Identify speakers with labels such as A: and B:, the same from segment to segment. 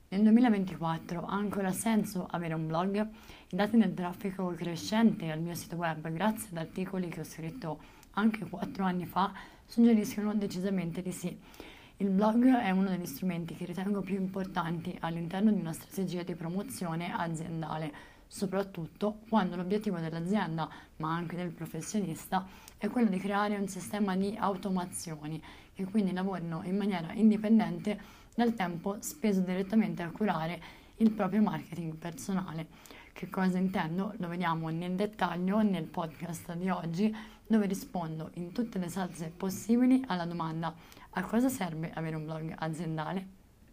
A: Nel 2024 ha ancora senso avere un blog? I dati del traffico crescente al mio sito web, grazie ad articoli che ho scritto anche 4 anni fa, suggeriscono decisamente di sì. Il blog è uno degli strumenti che ritengo più importanti all'interno di una strategia di promozione aziendale, soprattutto quando l'obiettivo dell'azienda, ma anche del professionista, è quello di creare un sistema di automazioni che quindi lavorino in maniera indipendente dal tempo speso direttamente a curare il proprio marketing personale. Che cosa intendo? Lo vediamo nel dettaglio nel podcast di oggi, dove rispondo in tutte le salse possibili alla domanda: a cosa serve avere un blog aziendale?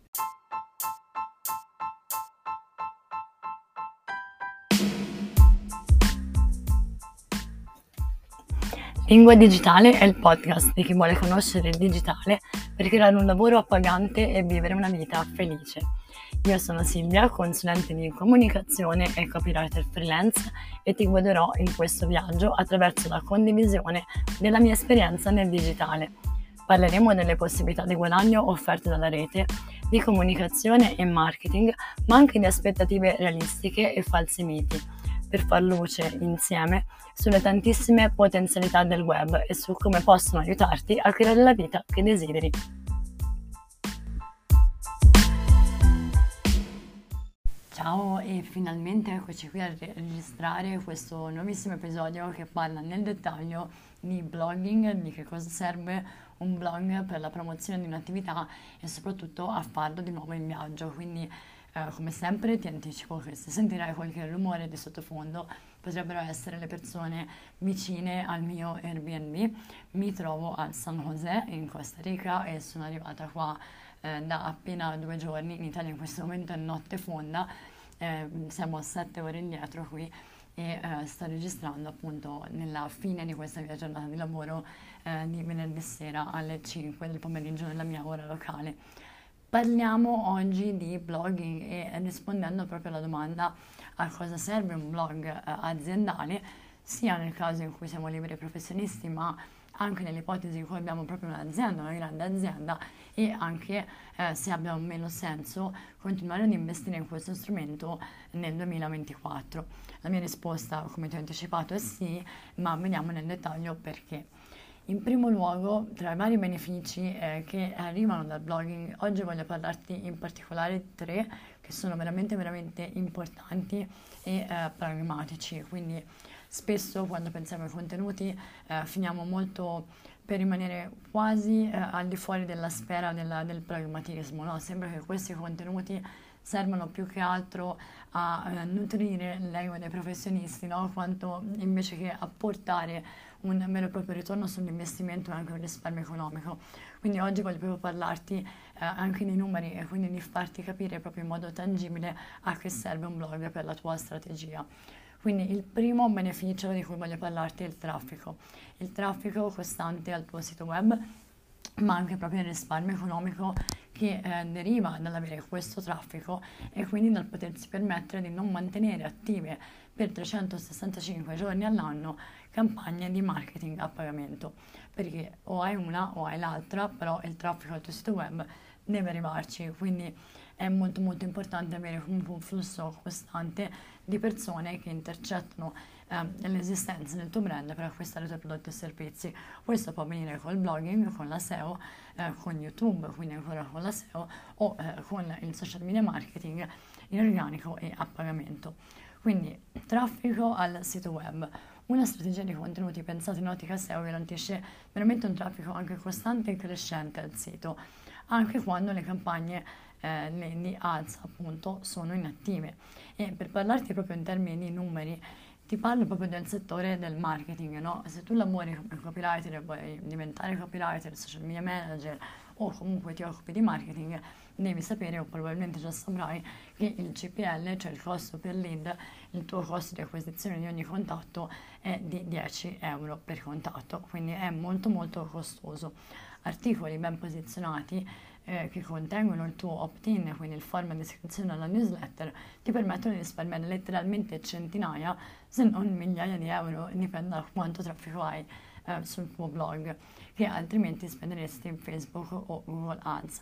A: Lingua Digitale è il podcast di chi vuole conoscere il digitale per creare un lavoro appagante e vivere una vita felice. Io sono Silvia, consulente di comunicazione e copywriter freelance, e ti guiderò in questo viaggio attraverso la condivisione della mia esperienza nel digitale. Parleremo delle possibilità di guadagno offerte dalla rete, di comunicazione e marketing, ma anche di aspettative realistiche e falsi miti, per far luce insieme sulle tantissime potenzialità del web e su come possono aiutarti a creare la vita che desideri. Ciao, e finalmente eccoci qui a registrare questo nuovissimo episodio che parla nel dettaglio di blogging, di che cosa serve un blog per la promozione di un'attività e soprattutto a farlo di nuovo in viaggio. Quindi come sempre ti anticipo che se sentirai qualche rumore di sottofondo potrebbero essere le persone vicine al mio Airbnb. Mi trovo a San José in Costa Rica e sono arrivata qua da appena 2 giorni. In Italia in questo momento è notte fonda, siamo a 7 ore indietro qui e sto registrando appunto nella fine di questa mia giornata di lavoro di venerdì sera alle 5 del pomeriggio nella mia ora locale. Parliamo oggi di blogging e rispondendo proprio alla domanda a cosa serve un blog aziendale, sia nel caso in cui siamo liberi professionisti, ma anche nell'ipotesi in cui abbiamo proprio un'azienda, una grande azienda, e anche se abbia meno senso continuare ad investire in questo strumento nel 2024. La mia risposta, come ti ho anticipato, è sì, ma vediamo nel dettaglio perché. In primo luogo, tra i vari benefici che arrivano dal blogging, oggi voglio parlarti in particolare di 3 che sono veramente veramente importanti e pragmatici. Quindi spesso quando pensiamo ai contenuti finiamo molto per rimanere quasi al di fuori della sfera del pragmatismo, no? Sembra che questi contenuti servono più che altro a nutrire l'ego dei professionisti, no? Quanto invece che a portare un vero e proprio ritorno sull'investimento e anche un risparmio economico. Quindi oggi voglio proprio parlarti anche di numeri e quindi di farti capire proprio in modo tangibile a che serve un blog per la tua strategia. Quindi il primo beneficio di cui voglio parlarti è il traffico costante al tuo sito web, ma anche proprio il risparmio economico che deriva dall'avere questo traffico e quindi dal potersi permettere di non mantenere attive per 365 giorni all'anno campagne di marketing a pagamento, perché o hai una o hai l'altra, però il traffico al tuo sito web deve arrivarci, quindi è molto molto importante avere comunque un flusso costante di persone che intercettano l'esistenza del tuo brand per acquistare i tuoi prodotti e servizi. Questo può avvenire col blogging, con la SEO, con YouTube, quindi ancora con la SEO, o con il social media marketing in organico e a pagamento. Quindi traffico al sito web. Una strategia di contenuti pensata in ottica SEO garantisce veramente un traffico anche costante e crescente al sito, anche quando le campagne di ads appunto sono inattive. E per parlarti proprio in termini di numeri, ti parlo proprio del settore del marketing, no? Se tu lavori come copywriter e vuoi diventare copywriter, social media manager o comunque ti occupi di marketing, devi sapere, o probabilmente già saprai, che il CPL, cioè il costo per lead, il tuo costo di acquisizione di ogni contatto è di 10 euro per contatto, quindi è molto molto costoso. Articoli ben posizionati che contengono il tuo opt-in, quindi il form di iscrizione alla newsletter, ti permettono di risparmiare letteralmente centinaia, se non migliaia di euro, dipende da quanto traffico hai sul tuo blog, che altrimenti spenderesti in Facebook o Google Ads.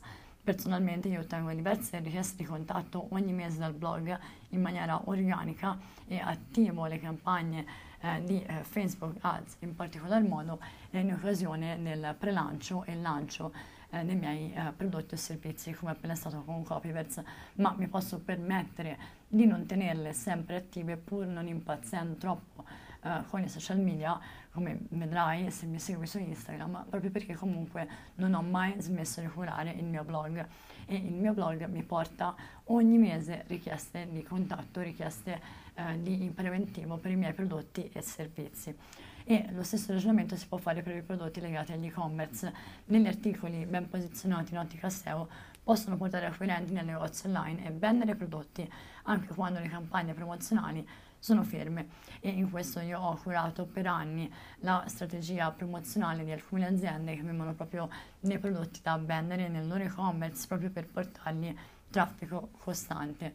A: Personalmente io ottengo diverse richieste di contatto ogni mese dal blog in maniera organica e attivo le campagne di Facebook Ads in particolar modo in occasione del pre-lancio e il lancio dei miei prodotti o servizi, come appena stato con Copyverse, ma mi posso permettere di non tenerle sempre attive pur non impazzendo troppo con i social media, come vedrai se mi segui su Instagram, proprio perché comunque non ho mai smesso di curare il mio blog e il mio blog mi porta ogni mese richieste di contatto, richieste di preventivo per i miei prodotti e servizi. E lo stesso ragionamento si può fare per i prodotti legati agli e-commerce. Negli articoli ben posizionati in ottica SEO possono portare acquirenti nel negozio online e vendere prodotti anche quando le campagne promozionali sono ferme, e in questo io ho curato per anni la strategia promozionale di alcune aziende che avevano proprio dei prodotti da vendere nel loro e-commerce proprio per portargli traffico costante.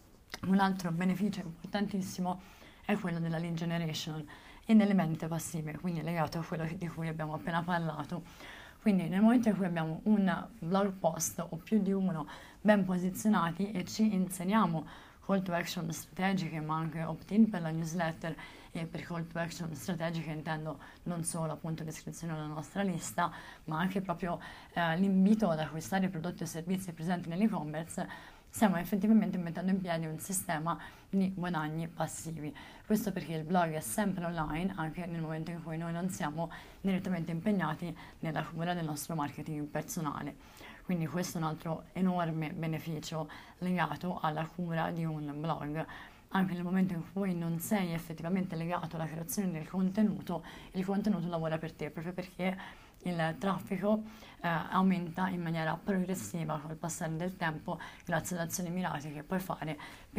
A: Un altro beneficio importantissimo è quello della lead generation e delle vendite passive, quindi legato a quello di cui abbiamo appena parlato. Quindi nel momento in cui abbiamo un blog post o più di uno ben posizionati e ci inseriamo call to action strategiche, ma anche opt-in per la newsletter, e per call to action strategiche intendo non solo appunto l'iscrizione alla nostra lista, ma anche proprio l'invito ad acquistare prodotti o servizi presenti nell'e-commerce, stiamo effettivamente mettendo in piedi un sistema di guadagni passivi. Questo perché il blog è sempre online, anche nel momento in cui noi non siamo direttamente impegnati nella cura del nostro marketing personale. Quindi questo è un altro enorme beneficio legato alla cura di un blog. Anche nel momento in cui non sei effettivamente legato alla creazione del contenuto, il contenuto lavora per te, proprio perché il traffico aumenta in maniera progressiva col passare del tempo grazie ad azioni mirate che puoi fare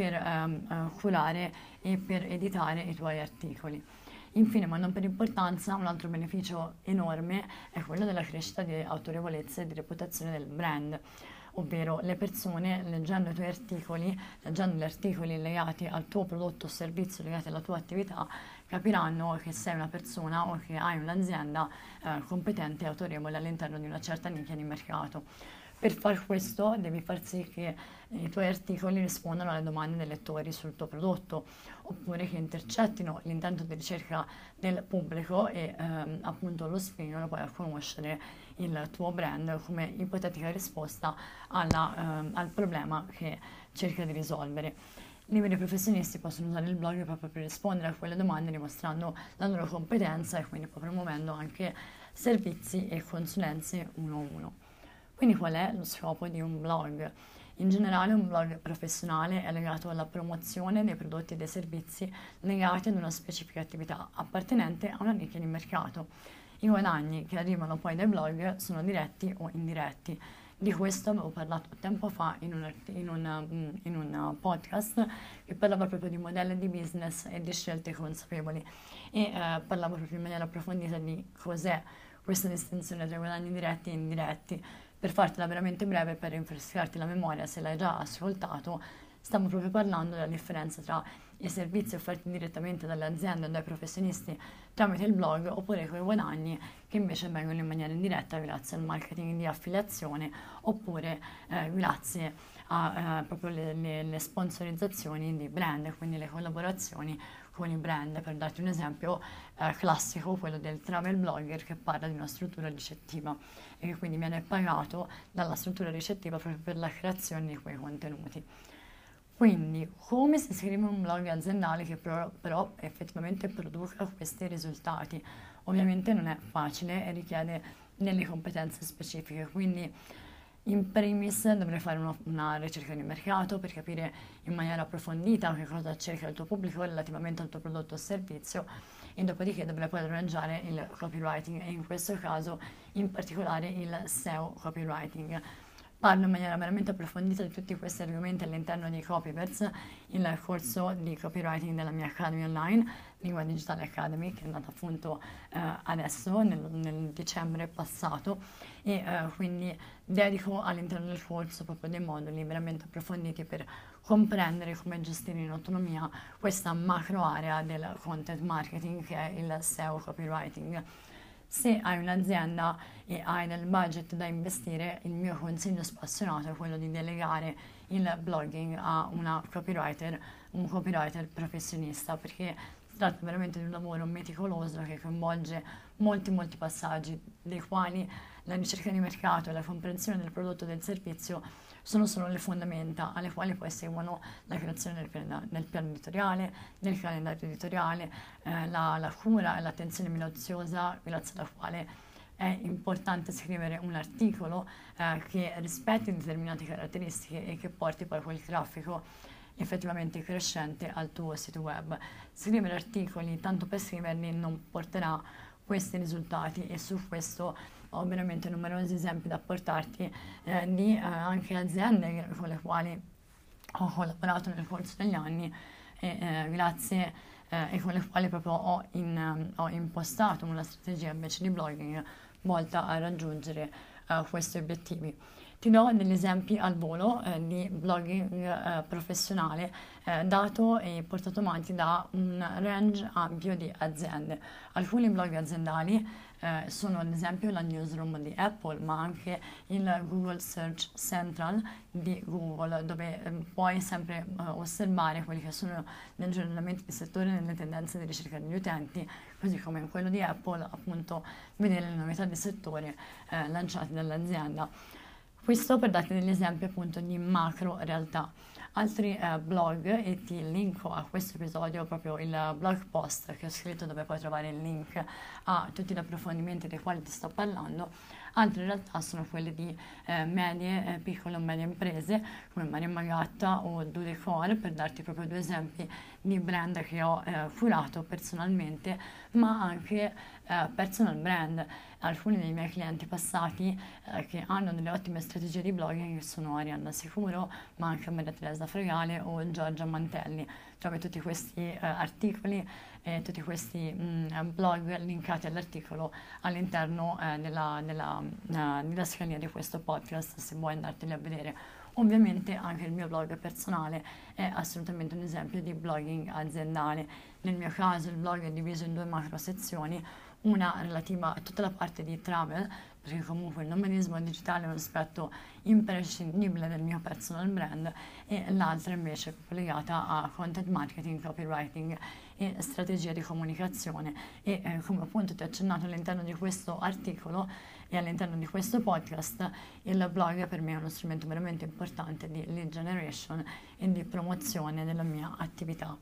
A: per curare e per editare i tuoi articoli. Infine, ma non per importanza, un altro beneficio enorme è quello della crescita di autorevolezza e di reputazione del brand, ovvero le persone leggendo i tuoi articoli, leggendo gli articoli legati al tuo prodotto o servizio, legati alla tua attività, capiranno che sei una persona o che hai un'azienda competente e autorevole all'interno di una certa nicchia di mercato. Per far questo devi far sì che i tuoi articoli rispondano alle domande dei lettori sul tuo prodotto, oppure che intercettino l'intento di ricerca del pubblico e appunto lo spingono poi a conoscere il tuo brand come ipotetica risposta al problema che cerca di risolvere. Liberi professionisti possono usare il blog proprio per rispondere a quelle domande, dimostrando la loro competenza e quindi poi promuovendo anche servizi e consulenze uno a uno. Quindi qual è lo scopo di un blog? In generale un blog professionale è legato alla promozione dei prodotti e dei servizi legati ad una specifica attività appartenente a una nicchia di mercato. I guadagni che arrivano poi dai blog sono diretti o indiretti. Di questo avevo parlato tempo fa in un podcast che parlava proprio di modelli di business e di scelte consapevoli, e parlavo proprio in maniera approfondita di cos'è questa distinzione tra guadagni diretti e indiretti. Per fartela veramente breve, per rinfrescarti la memoria se l'hai già ascoltato, stiamo proprio parlando della differenza tra i servizi offerti direttamente dalle aziende o dai professionisti tramite il blog, oppure quei guadagni che invece vengono in maniera indiretta grazie al marketing di affiliazione, oppure grazie a proprio le sponsorizzazioni di brand, quindi le collaborazioni con i brand. Per darti un esempio classico, quello del travel blogger che parla di una struttura ricettiva e che quindi viene pagato dalla struttura ricettiva proprio per la creazione di quei contenuti. Quindi come si scrive un blog aziendale che però effettivamente produca questi risultati? Ovviamente non è facile e richiede delle competenze specifiche, quindi in primis dovrai fare una ricerca di mercato per capire in maniera approfondita che cosa cerca il tuo pubblico relativamente al tuo prodotto o servizio, e dopodiché dovrai poi arrangiare il copywriting, e in questo caso in particolare il SEO copywriting. Parlo in maniera veramente approfondita di tutti questi argomenti all'interno di Copyverse, il corso di copywriting della mia Academy online, Lingua Digitale Academy, che è andata appunto adesso nel dicembre passato, e quindi dedico all'interno del corso proprio dei moduli veramente approfonditi per comprendere come gestire in autonomia questa macro area del content marketing che è il SEO copywriting. Se hai un'azienda e hai del budget da investire, il mio consiglio spassionato è quello di delegare il blogging a un copywriter professionista, perché si tratta veramente di un lavoro meticoloso che coinvolge molti passaggi, dei quali la ricerca di mercato e la comprensione del prodotto e del servizio sono solo le fondamenta, alle quali poi seguono la creazione del piano editoriale, del calendario editoriale, la cura e l'attenzione minuziosa grazie alla quale è importante scrivere un articolo che rispetti determinate caratteristiche e che porti poi quel traffico effettivamente crescente al tuo sito web. Scrivere articoli tanto per scriverli non porterà questi risultati, e su questo ho veramente numerosi esempi da portarti di anche aziende con le quali ho collaborato nel corso degli anni e con le quali proprio ho impostato una strategia invece di blogging volta a raggiungere questi obiettivi. Ti do degli esempi al volo di blogging professionale dato e portato avanti da un range ampio di aziende. Alcuni blog aziendali sono ad esempio la newsroom di Apple, ma anche il Google Search Central di Google, dove puoi sempre osservare quelli che sono gli aggiornamenti di settore e le tendenze di ricerca degli utenti, così come in quello di Apple appunto vedere le novità di settore lanciate dall'azienda. Questo per darti degli esempi appunto di macro realtà. Altri blog, e ti linko a questo episodio proprio il blog post che ho scritto, dove puoi trovare il link a tutti gli approfondimenti dei quali ti sto parlando. Altre realtà sono quelle di medie, piccole o medie imprese come Maria Magatta o Dudecor, per darti proprio due esempi di brand che ho curato personalmente, ma anche personal brand. Alcuni dei miei clienti passati che hanno delle ottime strategie di blogging sono Arianna Sicuro, ma anche Maria Teresa Fregale o Giorgia Mantelli. Trovi tutti questi articoli e tutti questi blog linkati all'articolo all'interno della scrivania di questo podcast, se vuoi andarteli a vedere. Ovviamente anche il mio blog personale è assolutamente un esempio di blogging aziendale. Nel mio caso il blog è diviso in due macro sezioni, una relativa a tutta la parte di travel, perché comunque il nomadismo digitale è un aspetto imprescindibile del mio personal brand, e l'altra invece è collegata a content marketing, copywriting e strategia di comunicazione. E come appunto ti ho accennato all'interno di questo articolo e all'interno di questo podcast, il blog per me è uno strumento veramente importante di lead generation e di promozione della mia attività.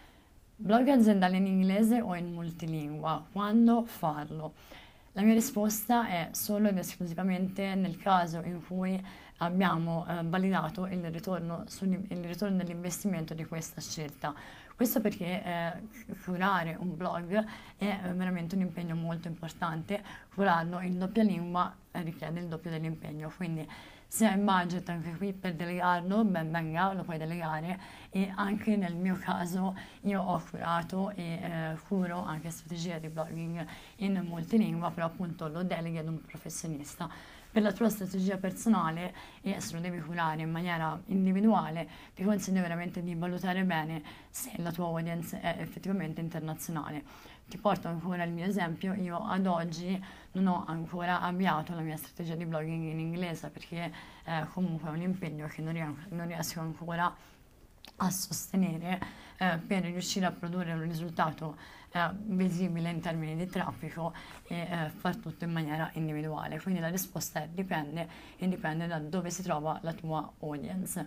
A: Blog aziendale in inglese o in multilingua? Quando farlo? La mia risposta è solo ed esclusivamente nel caso in cui abbiamo validato il ritorno dell'investimento di questa scelta. Questo perché curare un blog è veramente un impegno molto importante. Curarlo in doppia lingua richiede il doppio dell'impegno, quindi se hai budget anche qui per delegarlo, ben venga, lo puoi delegare. E anche nel mio caso io ho curato e curo anche strategie di blogging in multilingua, però appunto lo deleghi ad un professionista. Per la tua strategia personale, e se lo devi curare in maniera individuale, ti consiglio veramente di valutare bene se la tua audience è effettivamente internazionale. Ti porto ancora il mio esempio: io ad oggi non ho ancora avviato la mia strategia di blogging in inglese, perché comunque è un impegno che non riesco ancora a sostenere per riuscire a produrre un risultato visibile in termini di traffico e far tutto in maniera individuale. Quindi la risposta è dipende, e dipende da dove si trova la tua audience.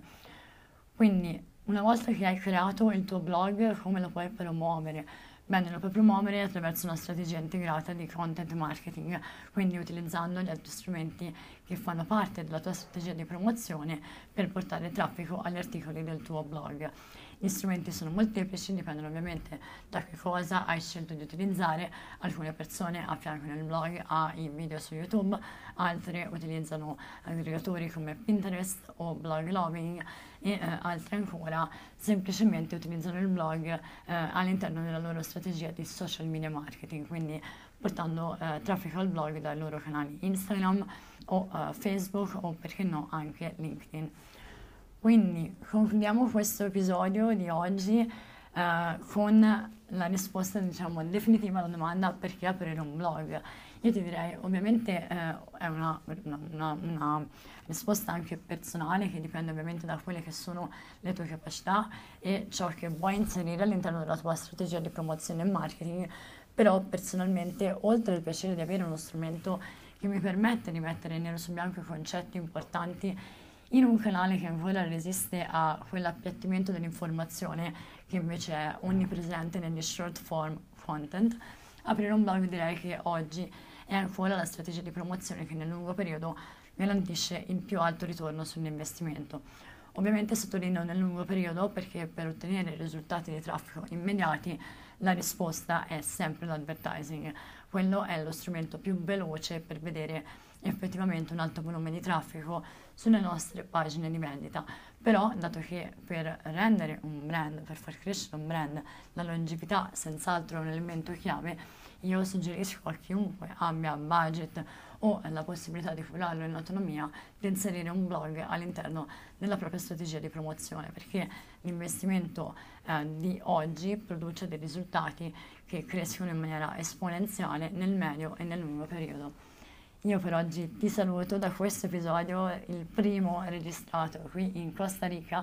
A: Quindi una volta che hai creato il tuo blog, come lo puoi promuovere? Bene, lo puoi promuovere attraverso una strategia integrata di content marketing, quindi utilizzando gli altri strumenti che fanno parte della tua strategia di promozione per portare traffico agli articoli del tuo blog. Gli strumenti sono molteplici, dipendono ovviamente da che cosa hai scelto di utilizzare. Alcune persone affiancano il blog ai video su YouTube, altre utilizzano aggregatori come Pinterest o Blog Loving, e altre ancora semplicemente utilizzano il blog all'interno della loro strategia di social media marketing, quindi portando traffico al blog dai loro canali Instagram o Facebook, o perché no anche LinkedIn. Quindi concludiamo questo episodio di oggi con la risposta, diciamo, definitiva alla domanda: perché aprire un blog? Io ti direi, ovviamente è una risposta anche personale che dipende ovviamente da quelle che sono le tue capacità e ciò che vuoi inserire all'interno della tua strategia di promozione e marketing, però personalmente, oltre al piacere di avere uno strumento che mi permette di mettere nero su bianco i concetti importanti in un canale che ancora resiste a quell'appiattimento dell'informazione che invece è onnipresente negli short form content, aprire un blog direi che oggi è ancora la strategia di promozione che nel lungo periodo garantisce il più alto ritorno sull'investimento. Ovviamente sottolineo nel lungo periodo perché per ottenere risultati di traffico immediati la risposta è sempre l'advertising. Quello è lo strumento più veloce per vedere effettivamente un alto volume di traffico sulle nostre pagine di vendita. Però, dato che per rendere un brand, per far crescere un brand, la longevità senz'altro è un elemento chiave, io suggerisco a chiunque abbia budget o la possibilità di curarlo in autonomia di inserire un blog all'interno della propria strategia di promozione, perché l'investimento di oggi produce dei risultati che crescono in maniera esponenziale nel medio e nel lungo periodo. Io per oggi ti saluto da questo episodio, il primo registrato qui in Costa Rica,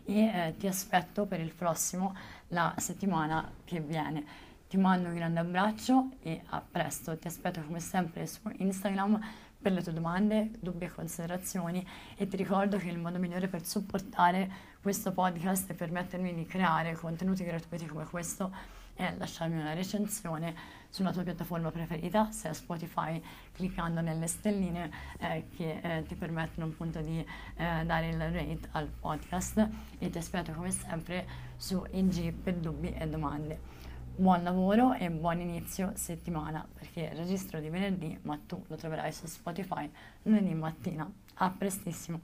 A: e ti aspetto per il prossimo la settimana che viene. Ti mando un grande abbraccio e a presto, ti aspetto come sempre su Instagram per le tue domande, dubbi e considerazioni, e ti ricordo che il modo migliore per supportare questo podcast e permettermi di creare contenuti gratuiti come questo è lasciarmi una recensione sulla tua piattaforma preferita, se è Spotify, cliccando nelle stelline che ti permettono appunto di dare il rate al podcast, e ti aspetto come sempre su IG per dubbi e domande. Buon lavoro e buon inizio settimana, perché il registro di venerdì, ma tu lo troverai su Spotify lunedì mattina. A prestissimo!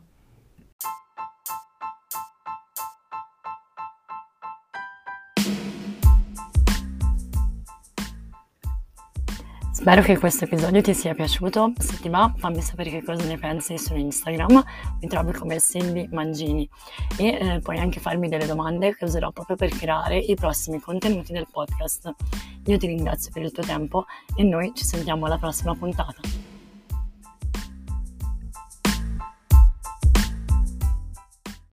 A: Spero che questo episodio ti sia piaciuto. Se ti va, fammi sapere che cosa ne pensi su Instagram, mi trovi come Cindy Mangini, e puoi anche farmi delle domande che userò proprio per creare i prossimi contenuti del podcast. Io ti ringrazio per il tuo tempo e noi ci sentiamo alla prossima puntata.